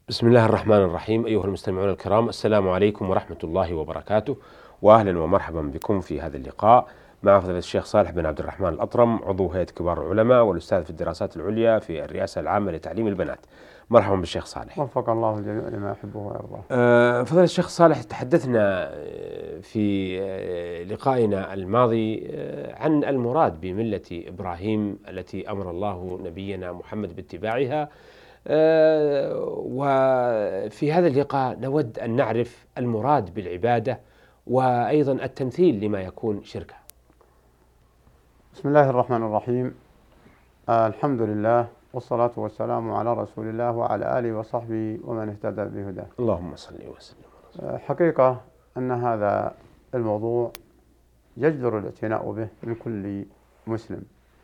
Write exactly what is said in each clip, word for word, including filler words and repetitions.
بسم الله الرحمن الرحيم. أيها المستمعون الكرام، السلام عليكم ورحمة الله وبركاته، وأهلا ومرحبا بكم في هذا اللقاء مع فضيلة الشيخ صالح بن عبد الرحمن الأطرم، عضو هيئة كبار العلماء والأستاذ في الدراسات العليا في الرئاسة العامة لتعليم البنات. مرحبا بالشيخ صالح. وفق الله الجميع لما يحبه ويرضاه. أه فضيلة الشيخ صالح، تحدثنا في لقائنا الماضي عن المراد بملة إبراهيم التي أمر الله نبينا محمد باتباعها، أه وفي هذا اللقاء نود أن نعرف المراد بالعبادة وأيضا التمثيل لما يكون شركا. بسم الله الرحمن الرحيم. آه الحمد لله والصلاة والسلام على رسول الله وعلى آله وصحبه ومن اهتدى بهداه. اللهم صل وسلم. آه حقيقة أن هذا الموضوع يجدر الاعتناء به من كل مسلم،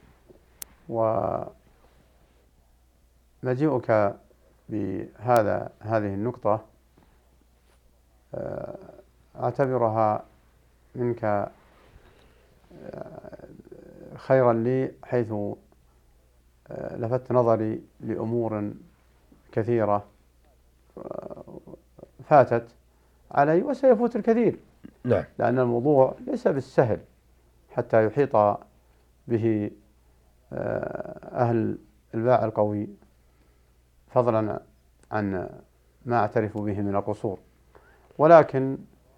ومجيئك بهذا هذه النقطة آه أعتبرها منك خيرا لي، حيث لفت نظري لأمور كثيرة فاتت علي وسيفوت الكثير. نعم. لأن الموضوع ليس بالسهل حتى يحيط به أهل الباع القوي، فضلا عن ما أعترف به من القصور، ولكن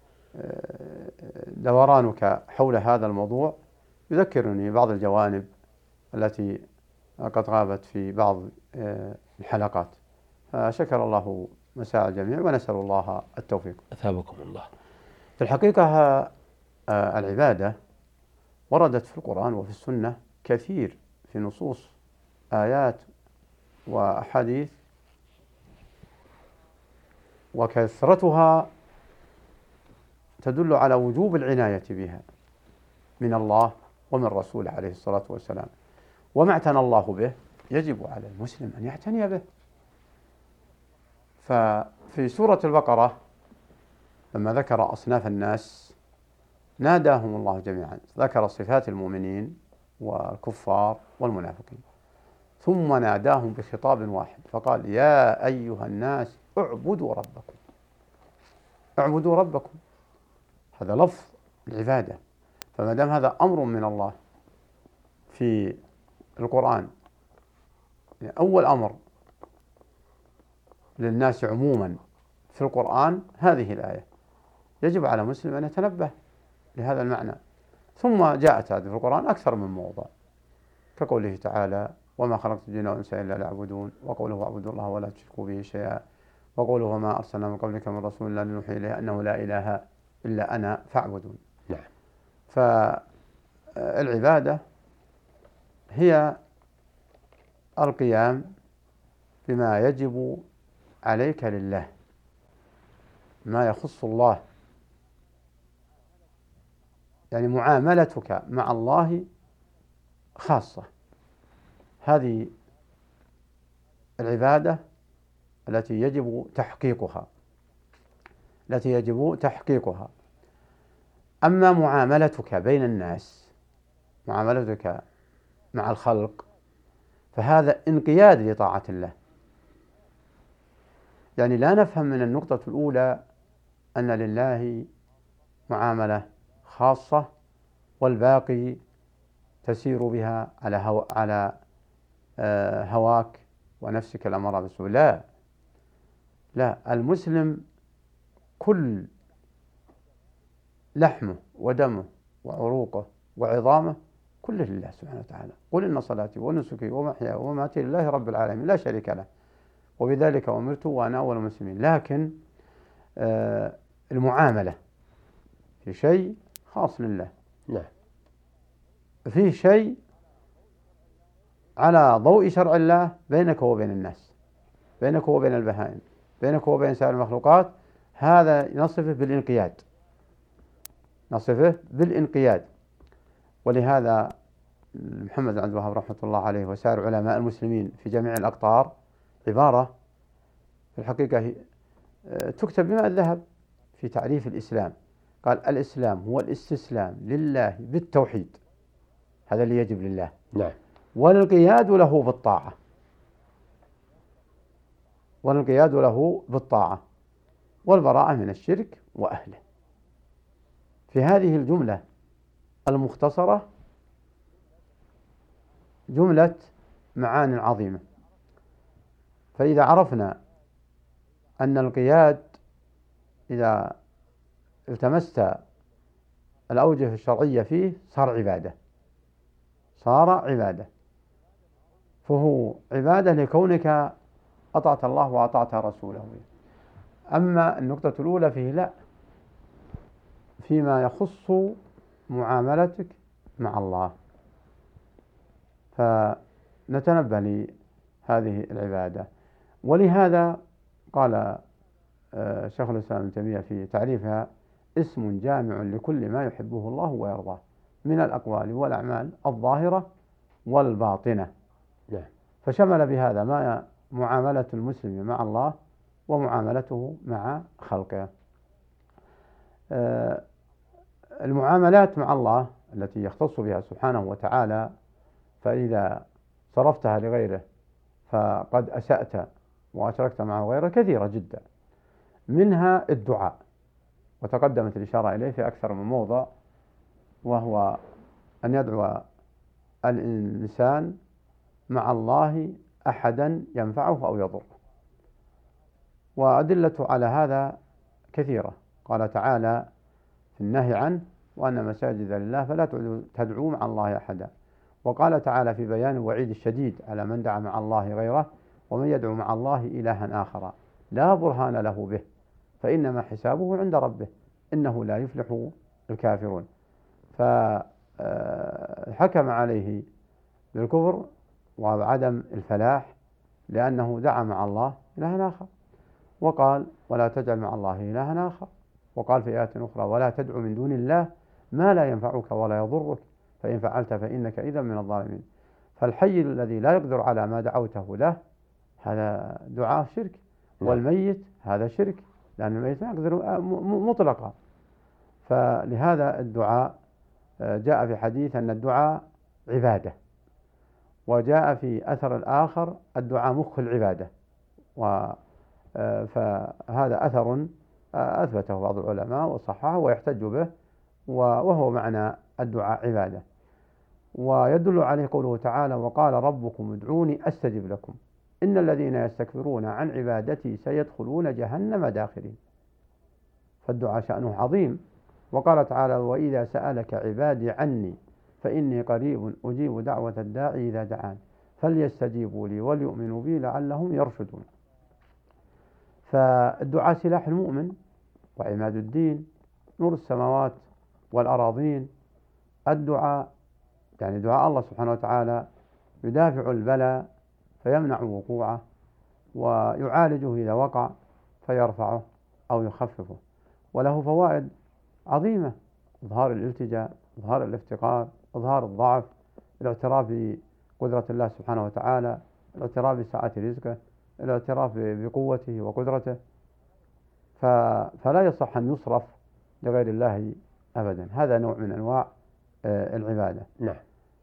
دورانك حول هذا الموضوع يذكرني بعض الجوانب التي قد غابت في بعض الحلقات. شكر الله مساء الجميع ونسأل الله التوفيق. أثابكم الله. في الحقيقة العبادة وردت في القرآن وفي السنة كثير، في نصوص آيات وأحاديث، وكثرتها تدل على وجوب العناية بها من الله ومن رسوله عليه الصلاة والسلام، وما اعتنى الله به يجب على المسلم أن يعتني به. ففي سورة البقرة لما ذكر أصناف الناس ناداهم الله جميعا، ذكر صفات المؤمنين والكفار والمنافقين، ثم ناداهم بخطاب واحد فقال: يا أيها الناس اعبدوا ربكم. اعبدوا ربكم، هذا لفظ العبادة. فما دام هذا أمر من الله في القرآن، يعني أول أمر للناس عموما في القرآن هذه الآية، يجب على مسلم أن يتنبه لهذا المعنى. ثم جاءت هذه في القرآن أكثر من موضع، كقوله تعالى: وما خلقت الجن والإنس إلا ليعبدون، وقوله: واعبدوا الله ولا تشركوا به شيئا، وقوله: وما أرسلنا من قبلك من رسول إلا نوحي إليه أنه لا إله إلا أنا فاعبدون. نعم. فالعبادة هي القيام بما يجب عليك لله، ما يخص الله، يعني معاملتك مع الله خاصة. هذه العبادة التي يجب تحقيقها التي يجب تحقيقها أما معاملتك بين الناس، معاملتك مع الخلق، فهذا انقياد لطاعة الله. يعني لا نفهم من النقطة الأولى أن لله معاملة خاصة والباقي تسير بها على هو على هواك ونفسك الأمارة بالسوء. لا لا المسلم كل لحمه ودمه وعروقه وعظامه كله لله سبحانه وتعالى. قل إن صلاتي ونسكي ومحياي ومماتي لله رب العالمين لا شريك له وبذلك أمرت وأنا أول المسلمين. لكن آه المعاملة في شيء خاص لله، نعم، في شيء على ضوء شرع الله بينك وبين الناس، بينك وبين البهائم، بينك وبين سائر المخلوقات. هذا نصفه بالانقياد، نصفه بالانقياد. ولهذا محمد بن عبد الوهاب رحمة الله عليه وسائر علماء المسلمين في جميع الأقطار عبارة في الحقيقة تكتب بماء الذهب في تعريف الإسلام. قال: الإسلام هو الاستسلام لله بالتوحيد، هذا اللي يجب لله، نعم، والانقياد له بالطاعة. والانقياد له بالطاعة والبراءة من الشرك وأهله. في هذه الجملة المختصرة جملة معان عظيمة. فإذا عرفنا أن الانقياد إذا التمست الأوجه الشرعية فيه صار عبادة، صار عبادة، فهو عبادة لكونك أطعت الله وأطعت رسوله. أما النقطة الأولى فيه لا، فيما يخص معاملتك مع الله، فنتنبه لهذه العبادة. ولهذا قال شيخ الإسلام ابن تيمية في تعريفها: اسم جامع لكل ما يحبه الله ويرضاه من الأقوال والأعمال الظاهرة والباطنة. فشمل بهذا ما معاملة المسلم مع الله ومعاملته مع خلقه. المعاملات مع الله التي يختص بها سبحانه وتعالى، فإذا صرفتها لغيره فقد أسأت وأشركت معه غيره، كثيرة جدا، منها الدعاء، وتقدمت الإشارة إليه في أكثر من موضع، وهو أن يدعو الإنسان مع الله أحدا ينفعه أو يضره. وأدلة على هذا كثيرة. قال تعالى في النهي عنه: وأن مساجد لله فلا تدعوا مع الله أحدا. وقال تعالى في بيان الوعيد الشديد على من دعا مع الله غيره: ومن يدعو مع الله إلها آخر لا برهان له به فإنما حسابه عند ربه إنه لا يفلح الكافرون. فحكم عليه بالكفر وعدم الفلاح لأنه دعا مع الله إلها آخر. وقال: ولا تجعل مع الله إلها آخر. وقال في آيات أخرى: ولا تدع من دون الله ما لا ينفعك ولا يضرك فإن فعلت فإنك إذا من الظالمين. فالحي الذي لا يقدر على ما دعوته له هذا دعاء شرك، والميت هذا شرك، لأن الميت ما يقدر مطلقا. فلهذا الدعاء جاء في حديث أن الدعاء عبادة، وجاء في أثر الآخر الدعاء مخ العبادة. فهذا أثر أثبته بعض العلماء وصححه ويحتج به، وهو معنى الدعاء عبادة. ويدل عليه قوله تعالى: وقال ربكم ادعوني أستجب لكم إن الذين يستكبرون عن عبادتي سيدخلون جهنم داخرين. فالدعاء شأنه عظيم. وقال تعالى: وإذا سألك عبادي عني فإني قريب أجيب دعوة الداعي إذا دعان فليستجيبوا لي وليؤمنوا بي لعلهم يرشدون. فالدعاء سلاح المؤمن وعماد الدين، نور السماوات والأراضين. الدعاء يعني دعاء الله سبحانه وتعالى يدافع البلاء فيمنع وقوعه، ويعالجه إذا وقع فيرفعه أو يخففه. وله فوائد عظيمة: إظهار الالتجاء، إظهار الافتقار، إظهار الضعف، الاعتراف بقدرة الله سبحانه وتعالى، الاعتراف بسعة رزقه، الاعتراف بقوته وقدرته. فلا يصح أن يصرف لغير الله أبدا. هذا نوع من أنواع العبادة. نعم.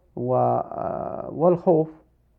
والخوف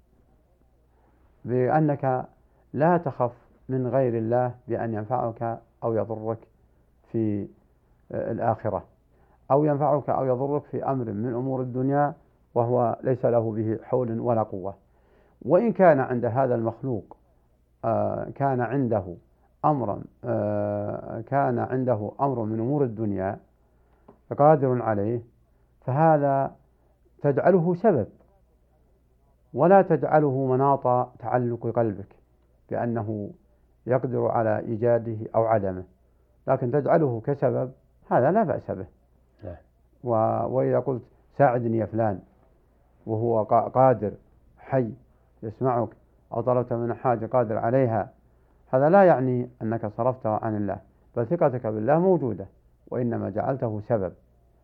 بأنك لا تخف من غير الله بأن ينفعك أو يضرك في الآخرة، أو ينفعك أو يضرك في أمر من أمور الدنيا وهو ليس له به حول ولا قوة. وإن كان عند هذا المخلوق كان عنده أمرا كان عنده أمر من أمور الدنيا قادر عليه، فهذا تجعله سبب ولا تجعله مناط تعلق قلبك بأنه يقدر على إيجاده أو عدمه، لكن تجعله كسبب، هذا لا بأس به. وإذا قلت ساعدني يا فلان وهو قادر حي يسمعك، أو طلبت من حاجة قادر عليها، هذا لا يعني أنك صرفته عن الله، بل ثقتك بالله موجودة، وإنما جعلته سبب.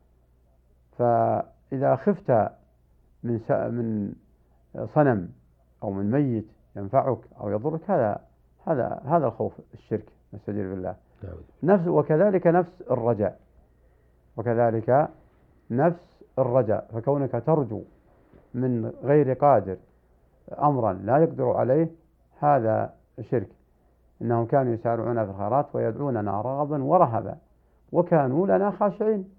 فإذا خفت من من صنم أو من ميت ينفعك أو يضرك، هذا هذا هذا الخوف الشرك، نستجير بالله. نفس وكذلك نفس الرجاء، وكذلك نفس الرجاء، فكونك ترجو من غير قادر أمرا لا يقدر عليه هذا شرك. إنهم كانوا يسارعون في الخيرات ويدعوننا رغبا ورهبا وكانوا لنا خاشعين.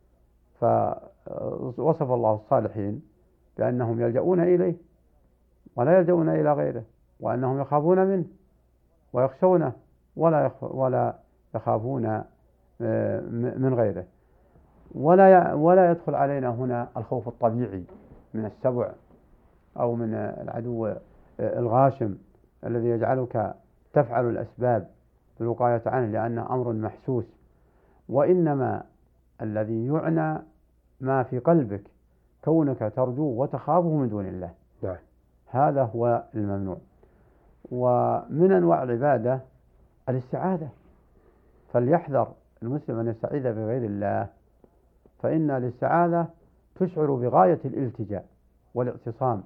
فوصف الله الصالحين بأنهم يلجؤون إليه ولا يلجؤون إلى غيره، وأنهم يخافون منه ويخشونه ولا ولا يخافون من غيره. ولا ولا يدخل علينا هنا الخوف الطبيعي من السبع أو من العدو الغاشم الذي يجعلك تفعل الأسباب بالوقاية عنه لأنه أمر محسوس، وإنما الذي يعنى ما في قلبك، كونك ترجوه وتخافه من دون الله. نعم. هذا هو الممنوع. ومن أنواع العبادة الاستعاذة، فليحذر المسلم أن يستعيذ بغير الله، فإن الاستعاذة تشعر بغاية الالتجاء والاعتصام،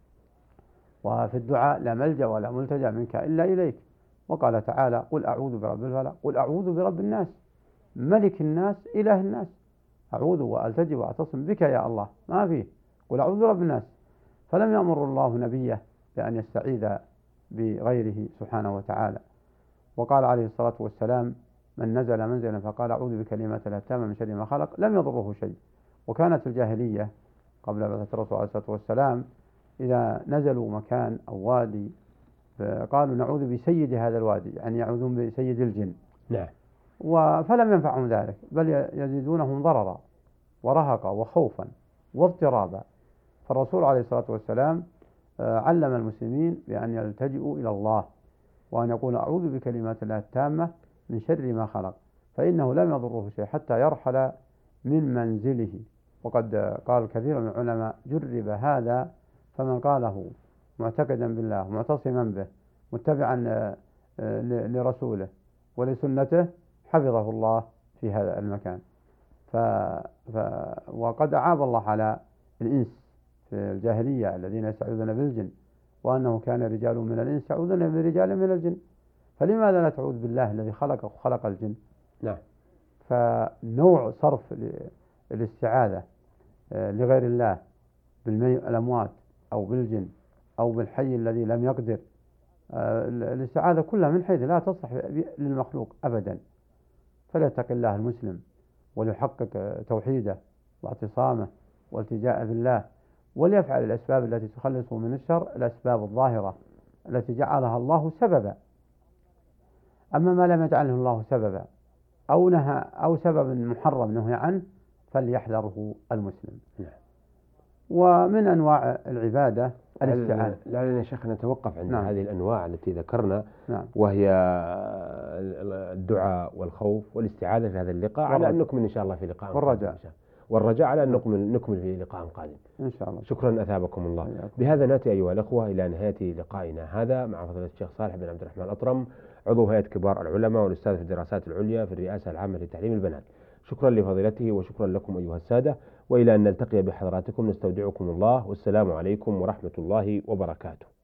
وفي الدعاء لا ملجأ ولا ملتجأ منك إلا إليك. وقال تعالى: قل أعوذ برب الفلق، قل أعوذ برب الناس ملك الناس إله الناس، أعوذ وألتجي وأعتصم بك يا الله، ما فيه، قل أعوذ برب الناس. فلم يأمر الله نبيه بأن يستعيذ بغيره سبحانه وتعالى. وقال عليه الصلاة والسلام: من نزل منزلا فقال أعوذ بكلمات الله التامة من شر ما خلق لم يضره شيء. وكانت الجاهلية قبل بعثة الرسول عليه الصلاة والسلام إذا نزلوا مكان أو وادي قالوا نعوذ بسيد هذا الوادي، يعني يعوذون بسيد الجن. نعم. فلم ينفعهم ذلك، بل يزيدونهم ضررا ورهقا وخوفا واضطرابا. فالرسول عليه الصلاة والسلام علم المسلمين بأن يلتجئوا إلى الله وأن يقول أعوذ بكلمات الله التامة من شر ما خلق، فإنه لم يضره شيء حتى يرحل من منزله. وقد قال كثير من العلماء: جرب هذا فمن قاله معتقدا بالله معتصما به متبعا لرسوله ولسنته حفظه الله في هذا المكان. ف... ف... وقد أعاب الله على الإنس في الجاهلية الذين يستعوذون بالجن، وأنه كان رجال من الإنس يعوذون برجال من الجن، فلماذا لا تعوذ بالله الذي خلق وخلق الجن؟ نعم. فنوع صرف الاستعاذة لغير الله بالأموات أو بالجن أو بالحي الذي لم يقدر، الاستعاذة كلها من حيث لا تصلح للمخلوق أبدا. فليتق الله المسلم وليحقق توحيده واعتصامه والتجاء بالله، وليفعل الأسباب التي تخلصه من الشر، الأسباب الظاهرة التي جعلها الله سببا. أما ما لم يجعله الله سببا أو نهى أو سبب محرم نهي عنه فليحذره المسلم. نعم. ومن أنواع العبادة الاستعانة. لعلنا يا شيخ نتوقف عند نعم. هذه الأنواع التي ذكرنا. نعم. وهي الدعاء والخوف والاستعاذة في هذا اللقاء، على أن نكمل إن شاء الله في لقاء والرجاء قادم، والرجاء على أن نكمل نكمل في لقاء قادم إن شاء الله. شكرا أثابكم الله. أيكم. بهذا نأتي أيها الأخوة إلى نهاية لقائنا هذا مع فضيلة الشيخ صالح بن عبد الرحمن الأطرم، عضو هيئة كبار العلماء والأستاذ في الدراسات العليا في الرئاسة العامة لتعليم البنات. شكرا لفضيلته وشكرا لكم أيها السادة، وإلى أن نلتقي بحضراتكم نستودعكم الله، والسلام عليكم ورحمة الله وبركاته.